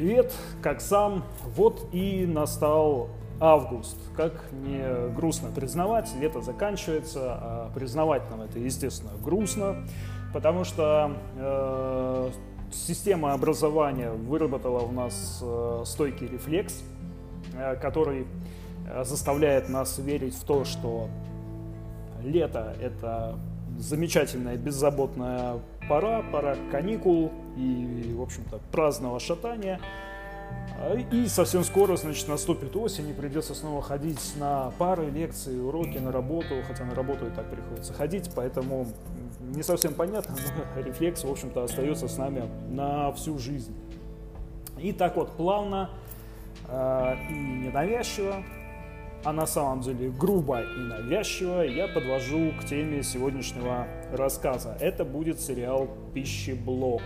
Привет, как сам? Вот и настал август. Как не грустно признавать, лето заканчивается, а признавать нам это, естественно, грустно, потому что система образования выработала в нас стойкий рефлекс, который заставляет нас верить в то, что лето – это замечательная беззаботная пора каникул и, в общем-то, праздного шатания. И совсем скоро, значит, наступит осень, и придется снова ходить на пары, лекции, уроки, на работу, хотя на работу и так приходится ходить, поэтому не совсем понятно, но рефлекс, в общем-то, остается с нами на всю жизнь. И так вот, плавно и ненавязчиво, а на самом деле грубо и навязчиво, я подвожу к теме сегодняшнего рассказа. Это будет сериал «Пищеблок».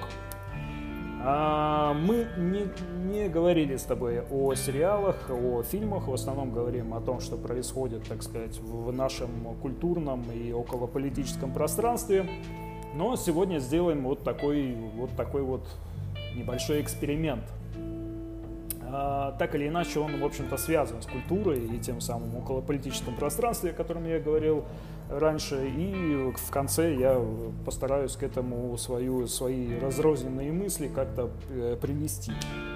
Мы не говорили с тобой о сериалах, о фильмах, в основном говорим о том, что происходит, так сказать, в нашем культурном и околополитическом пространстве. Но сегодня сделаем вот такой небольшой эксперимент. Так или иначе, он, в общем-то, связан с культурой и тем самым околополитическим пространством, о котором я говорил раньше. И в конце я постараюсь к этому свои разрозненные мысли как-то привести.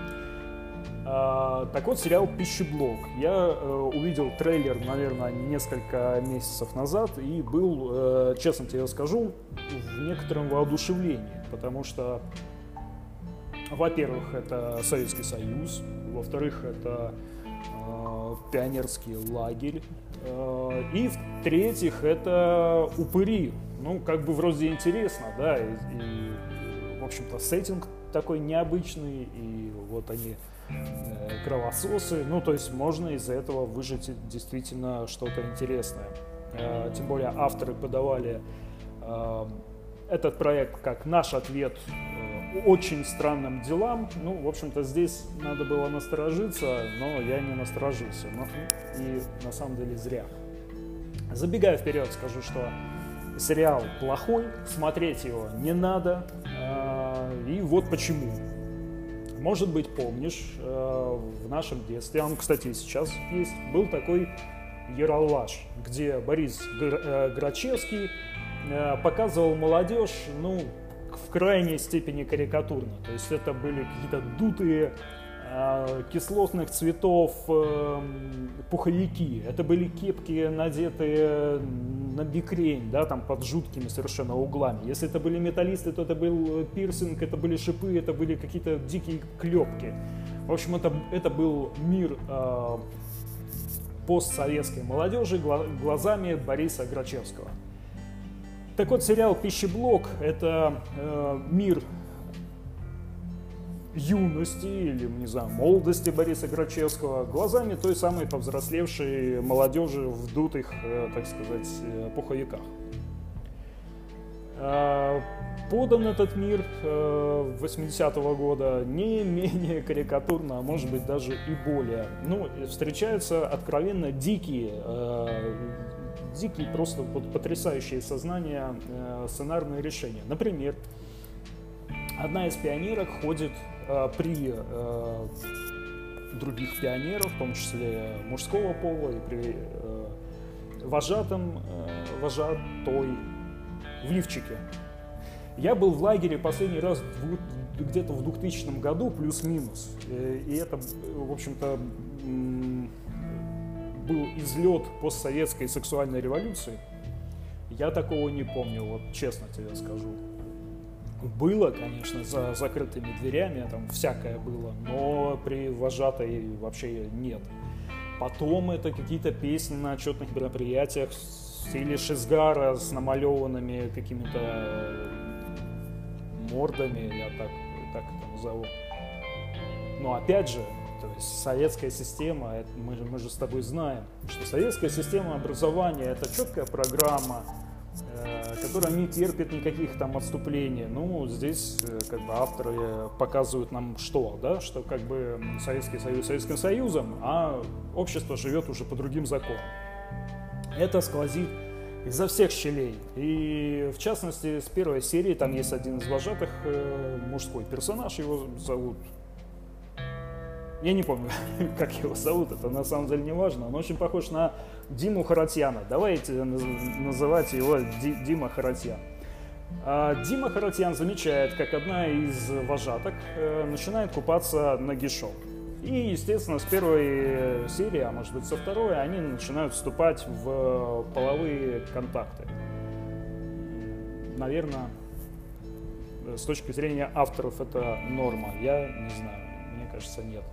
Так вот, сериал «Пищеблок». Я увидел трейлер, наверное, несколько месяцев назад и был, честно тебе скажу, в некотором воодушевлении, потому что, во-первых, это Советский Союз, во-вторых, это пионерский лагерь, и в-третьих, это упыри. Ну, как бы вроде интересно, да, и в общем-то, сеттинг такой необычный, и вот они кровососы, ну, то есть можно из-за этого выжать действительно что-то интересное. Тем более авторы подавали этот проект как наш ответ очень странным делам. Ну, в общем-то, здесь надо было насторожиться, но я не насторожился. И на самом деле зря. Забегая вперед, скажу, что сериал плохой, смотреть его не надо. И вот почему. Может быть, помнишь, в нашем детстве, он, кстати, и сейчас есть, был такой Ералаш, где Борис Грачевский показывал молодежь, ну, в крайней степени карикатурно. То есть это были какие-то дутые, кислотных цветов пуховики. Это были кепки, надетые на бикрень, да, там под жуткими совершенно углами. Если это были металлисты, то это был пирсинг, это были шипы, это были какие-то дикие клепки. В общем, это был мир постсоветской молодежи глазами Бориса Грачевского. Так вот, сериал «Пищеблок» — это мир юности или, не знаю, молодости Бориса Грачевского глазами той самой повзрослевшей молодежи в дутых, так сказать, пуховиках. Подан этот мир 80-го года не менее карикатурно, а может быть даже и более. Ну, встречаются откровенно дикие, просто вот потрясающие сознания сценарные решения. Например, одна из пионерок ходит при других пионеров, в том числе мужского пола, и при вожатой в лифчике. Я был в лагере последний раз где-то в 2000 году, плюс-минус, и это, в общем-то, был излет постсоветской сексуальной революции. Я такого не помню, вот честно тебе скажу. Было, конечно, за закрытыми дверями, там всякое было, но при вожатой вообще нет. Потом это какие-то песни на отчетных мероприятиях в стиле Шизгара с намалеванными какими-то мордами, я так это назову. Но опять же, то есть советская система, мы же с тобой знаем, что советская система образования — это четкая программа, которая не терпит никаких там отступлений. Ну, здесь как бы авторы показывают нам что, да, что как бы Советский Союз Советским Союзом, а общество живет уже по другим законам. Это сквозит изо всех щелей. И в частности, с первой серии там есть один из вожатых, мужской персонаж, его зовут Я не помню, как его зовут, это на самом деле не важно. Он очень похож на Диму Харатьяна. Давайте называть его Дима Харатьян. Дима Харатьян замечает, как одна из вожаток начинает купаться нагишом. И, естественно, с первой серии, а может быть со второй, они начинают вступать в половые контакты. Наверное, с точки зрения авторов это норма. Я не знаю, мне кажется, нет.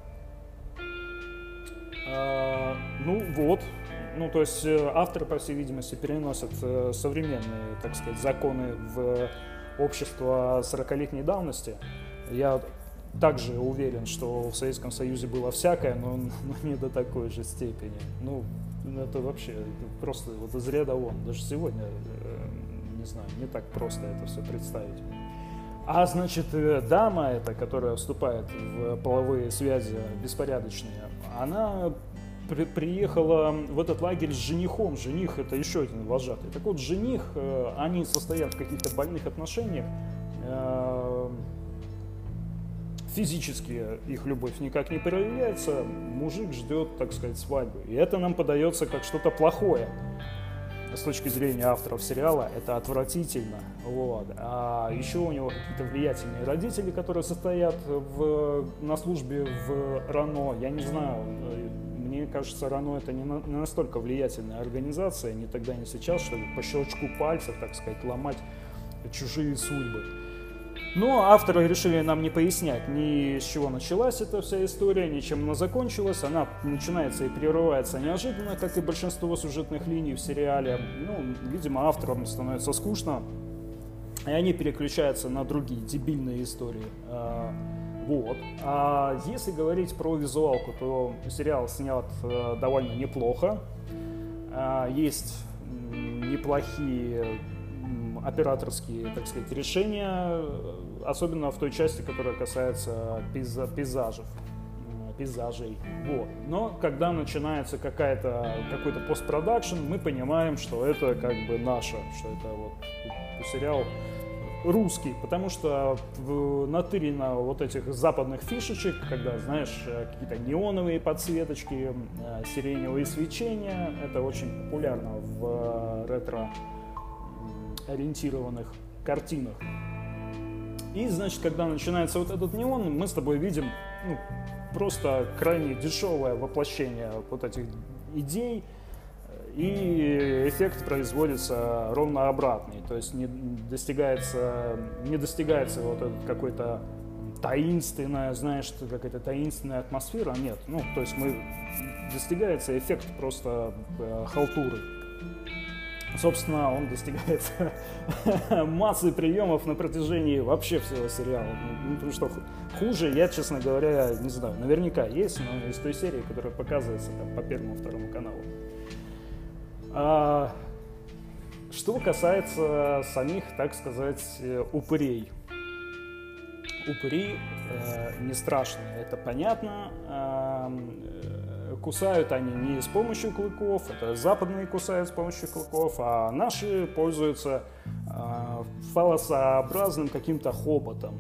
Ну вот, ну то есть авторы, по всей видимости, переносят современные, так сказать, законы в общество 40-летней давности. Я также уверен, что в Советском Союзе было всякое, но не до такой же степени. Ну, это вообще просто вот из ряда вон. Даже сегодня, не знаю, не так просто это все представить. А значит, дама эта, которая вступает в половые связи беспорядочные, она приехала в этот лагерь с женихом. Жених — это еще один вожатый. Так вот, жених, они состоят в каких-то больных отношениях, физически их любовь никак не проявляется, мужик ждет, так сказать, свадьбы. И это нам подается как что-то плохое. С точки зрения авторов сериала это отвратительно. Вот. А еще у него какие-то влиятельные родители, которые состоят на службе в РАНО. Я не знаю, мне кажется, РАНО это не настолько влиятельная организация, ни тогда, ни сейчас, чтобы по щелчку пальцев, так сказать, ломать чужие судьбы. Но авторы решили нам не пояснять, ни с чего началась эта вся история, ни чем она закончилась. Она начинается и прерывается неожиданно, как и большинство сюжетных линий в сериале. Ну, видимо, авторам становится скучно, и они переключаются на другие дебильные истории. Вот. А если говорить про визуалку, то сериал снят довольно неплохо. Есть неплохие операторские, так сказать, решения, особенно в той части, которая касается пейзажей. Вот. Но когда начинается какой-то постпродакшн, мы понимаем, что это как бы наше, что это вот сериал русский, потому что натырено вот этих западных фишечек, когда, знаешь, какие-то неоновые подсветочки, сиреневые свечения, это очень популярно в ретро-ориентированных картинах. И, значит, когда начинается вот этот неон, мы с тобой видим просто крайне дешевое воплощение вот этих идей, и эффект производится ровно обратный, то есть не достигается вот этот какой-то таинственная, знаешь, какая-то таинственная атмосфера, нет, то есть достигается эффект просто халтуры. Собственно, он достигается массы приемов на протяжении вообще всего сериала. Потому что хуже, я, честно говоря, не знаю. Наверняка есть, но из той серии, которая показывается там, по Первому-Второму каналу. Что касается самих, так сказать, упырей. Упыри не страшные, это понятно. Кусают они не с помощью клыков, это западные кусают с помощью клыков, а наши пользуются фалосообразным каким-то хоботом.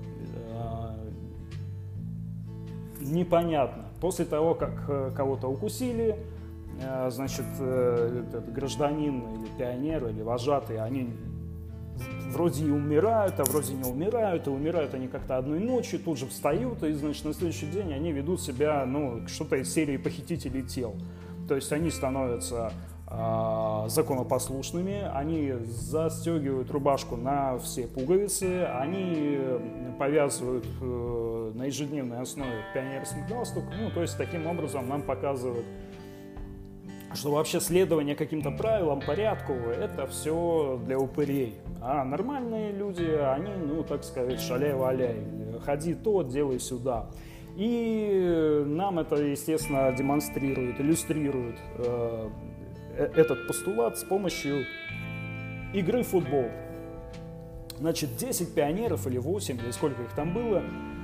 Непонятно. После того, как кого-то укусили, значит, этот гражданин или пионер, или вожатый, они вроде и умирают, а вроде не умирают, и умирают они как-то одной ночью, тут же встают, и, значит, на следующий день они ведут себя, что-то из серии похитителей тел. То есть они становятся законопослушными, они застегивают рубашку на все пуговицы, они повязывают на ежедневной основе пионерский галстук, то есть таким образом нам показывают, что вообще следование каким-то правилам, порядку, это все для упырей. А нормальные люди, они, так сказать, шаляй-валяй, ходи то, делай сюда. И нам это, естественно, демонстрирует, иллюстрирует этот постулат с помощью игры в футбол. Значит, 10 пионеров или 8, или сколько их там было,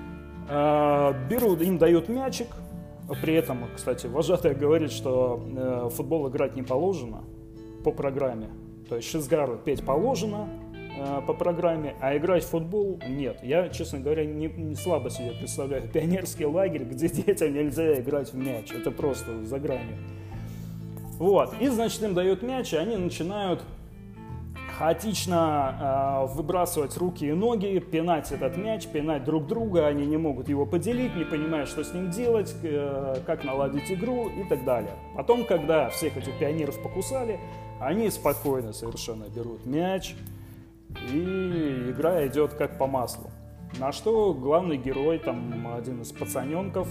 им дают мячик. При этом, кстати, вожатая говорит, что в футбол играть не положено по программе. То есть шизгару петь положено, по программе, а играть в футбол нет. Я, честно говоря, не слабо себе представляю пионерский лагерь, где детям нельзя играть в мяч. Это просто за гранью. Вот. И, значит, им дают мяч, и они начинают хаотично выбрасывать руки и ноги, пинать этот мяч, пинать друг друга. Они не могут его поделить, не понимают, что с ним делать, как наладить игру и так далее. Потом, когда всех этих пионеров покусали, они спокойно совершенно берут мяч, и игра идет как по маслу. На что главный герой, там один из пацаненок,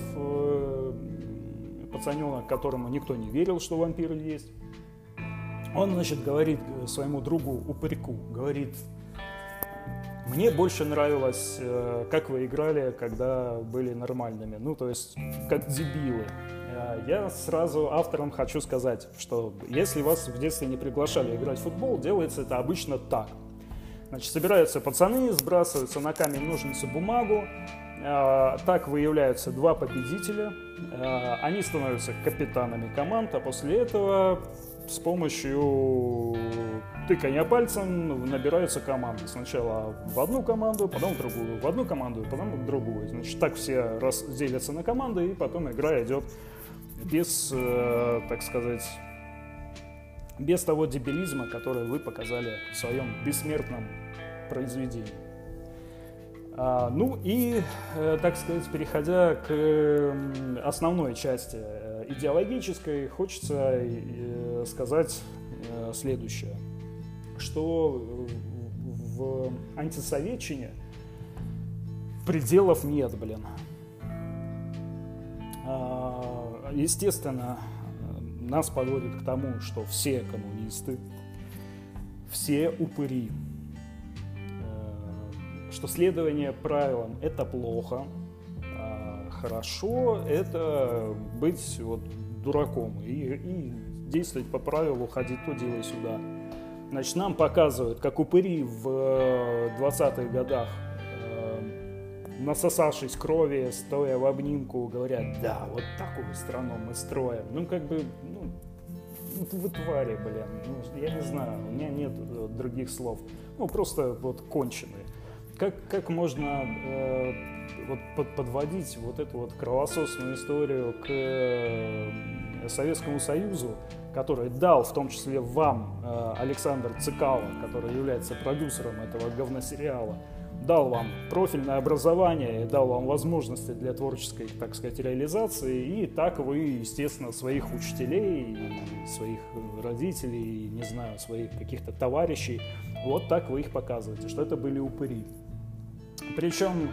которому никто не верил, что вампиры есть, он, значит, говорит своему другу Упырьку, говорит: мне больше нравилось, как вы играли, когда были нормальными, ну, то есть, как дебилы. Я сразу авторам хочу сказать, что если вас в детстве не приглашали играть в футбол, делается это обычно так. Значит, собираются пацаны, сбрасываются на камень, ножницы, бумагу, так выявляются два победителя, они становятся капитанами команд, а после этого с помощью тыкания пальцем набираются команды. Сначала в одну команду, потом в другую, в одну команду, потом в другую. Значит, так все разделятся на команды, и потом игра идет без, так сказать, без того дебилизма, который вы показали в своем бессмертном произведении. Ну и, так сказать, переходя к основной части идеологической, хочется сказать следующее, что в антисоветчине пределов нет, блин. Естественно, нас подводит к тому, что все коммунисты, все упыри, что следование правилам – это плохо, а хорошо – это быть вот дураком и действовать по правилу «ходи то, делай сюда». Значит, нам показывают, как упыри в 20-х годах, насосавшись крови, стоя в обнимку, говорят: да, вот такую страну мы строим. Ну, как бы, вы твари, блин, я не знаю, у меня нет других слов. Ну, просто вот конченые. Как можно подводить вот эту вот кровососную историю к Советскому Союзу, который дал, в том числе вам, Александр Цикало, который является продюсером этого говносериала, дал вам профильное образование, дал вам возможности для творческой, так сказать, реализации, и так вы, естественно, своих учителей, своих родителей, не знаю, своих каких-то товарищей, вот так вы их показываете, что это были упыри. Причем,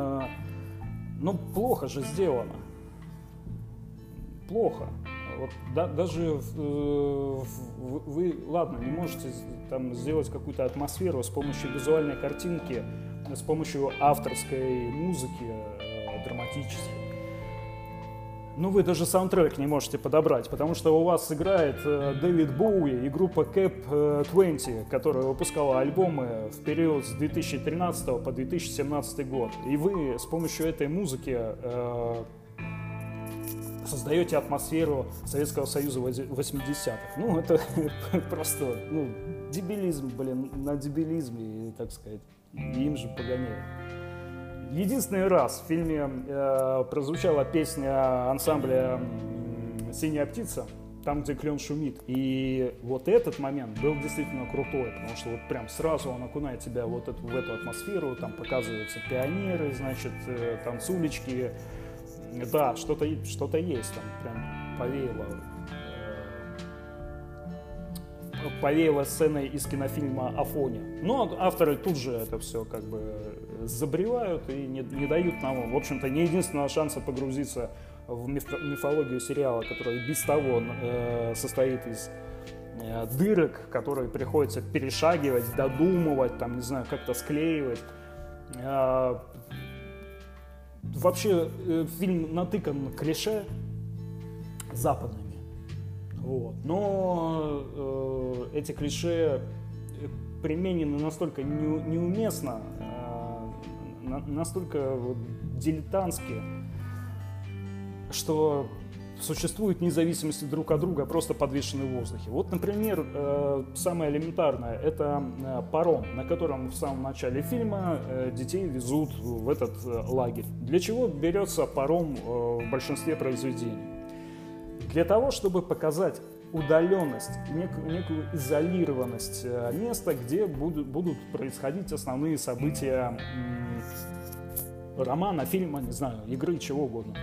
плохо же сделано. Плохо. Вот, даже вы, ладно, не можете там сделать какую-то атмосферу с помощью визуальной картинки, с помощью авторской музыки драматической. Но вы даже саундтрек не можете подобрать, потому что у вас играет Дэвид Боуи и группа Cap 20, которая выпускала альбомы в период с 2013 по 2017 год. И вы с помощью этой музыки создаете атмосферу Советского Союза 80-х. Ну, это просто, дебилизм, блин, на дебилизме, так сказать, им же погоняют. Единственный раз в фильме прозвучала песня ансамбля «Синяя птица», там, где клен шумит. И вот этот момент был действительно крутой, потому что вот прям сразу он окунает тебя в эту атмосферу, там показываются пионеры, значит, танцулечки. Да, что-то есть, там прям повеяло сценой из кинофильма «Афоня». Но авторы тут же это все как бы забревают и не дают нам, в общем-то, ни единственного шанса погрузиться в мифологию сериала, который без того состоит из дырок, которые приходится перешагивать, додумывать, там, не знаю, как-то склеивать. Вообще фильм натыкан клише западными. Вот. Но эти клише применены настолько неуместно, настолько дилетантски, что существуют вне зависимости друг от друга, просто подвешены в воздухе. Вот, например, самое элементарное – это паром, на котором в самом начале фильма детей везут в этот лагерь. Для чего берется паром в большинстве произведений? Для того, чтобы показать удаленность, некую изолированность места, где будут происходить основные события романа, фильма, не знаю, игры, чего угодно.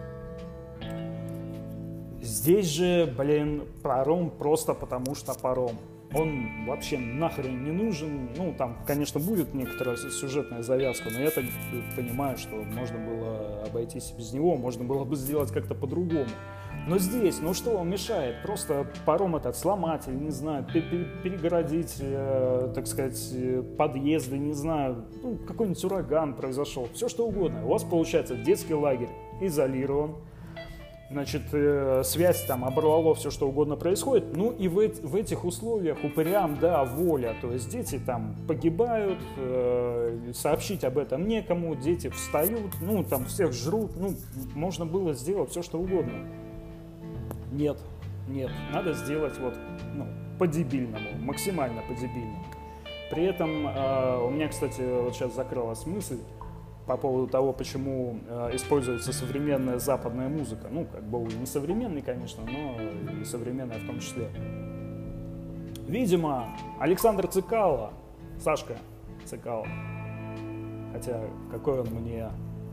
Здесь же, блин, паром просто потому что паром. Он вообще нахрен не нужен. Ну, там, конечно, будет некоторая сюжетная завязка, но я так понимаю, что можно было обойтись без него, можно было бы сделать как-то по-другому. Но здесь, ну что вам мешает? Просто паром этот сломать, или, не знаю, перегородить, так сказать, подъезды, не знаю, ну, какой-нибудь ураган произошел, все что угодно. У вас получается детский лагерь изолирован, значит, связь там оборвало, все что угодно происходит. Ну и в этих условиях упырям, да, воля. То есть дети там погибают, сообщить об этом некому, дети встают, ну там всех жрут. Ну, можно было сделать все что угодно. Нет, надо сделать вот, ну, по-дебильному, максимально по-дебильному. При этом у меня, кстати, вот сейчас закралась мысль по поводу того, почему используется современная западная музыка. Ну, как бы не современный, конечно, но и современная в том числе. Видимо, Александр Цекало, Сашка Цекало, хотя какой он мне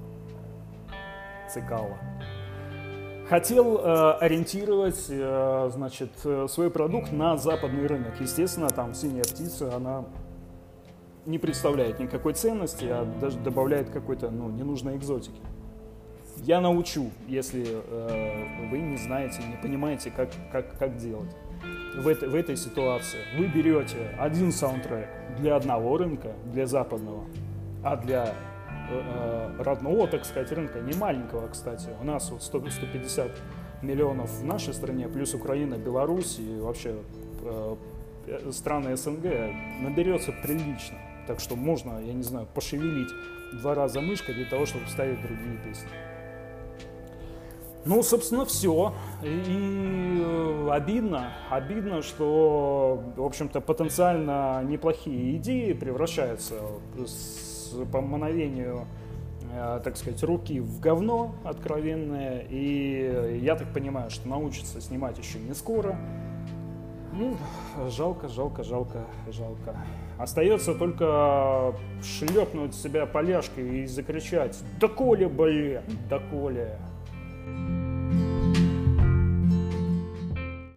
Цекало, хотел ориентировать, значит, свой продукт на западный рынок. Естественно, там «Синяя птица», она не представляет никакой ценности, а даже добавляет какой-то, ну, ненужной экзотики. Я научу, если вы не знаете, не понимаете, как делать. В этой ситуации вы берете один саундтрек для одного рынка, для западного, а для родного, так сказать, рынка, не маленького, кстати. У нас вот 100-150 миллионов в нашей стране, плюс Украина, Беларусь и вообще страны СНГ наберется прилично. Так что можно, я не знаю, пошевелить 2 раза мышкой для того, чтобы вставить другие песни. Ну, собственно, все. И обидно, что, в общем-то, потенциально неплохие идеи превращаются по мановению, так сказать, руки в говно откровенное. И я так понимаю, что научиться снимать еще не скоро. Ну, жалко. Остается только шлепнуть себя поляшкой и закричать: «Доколе, блин, доколе!»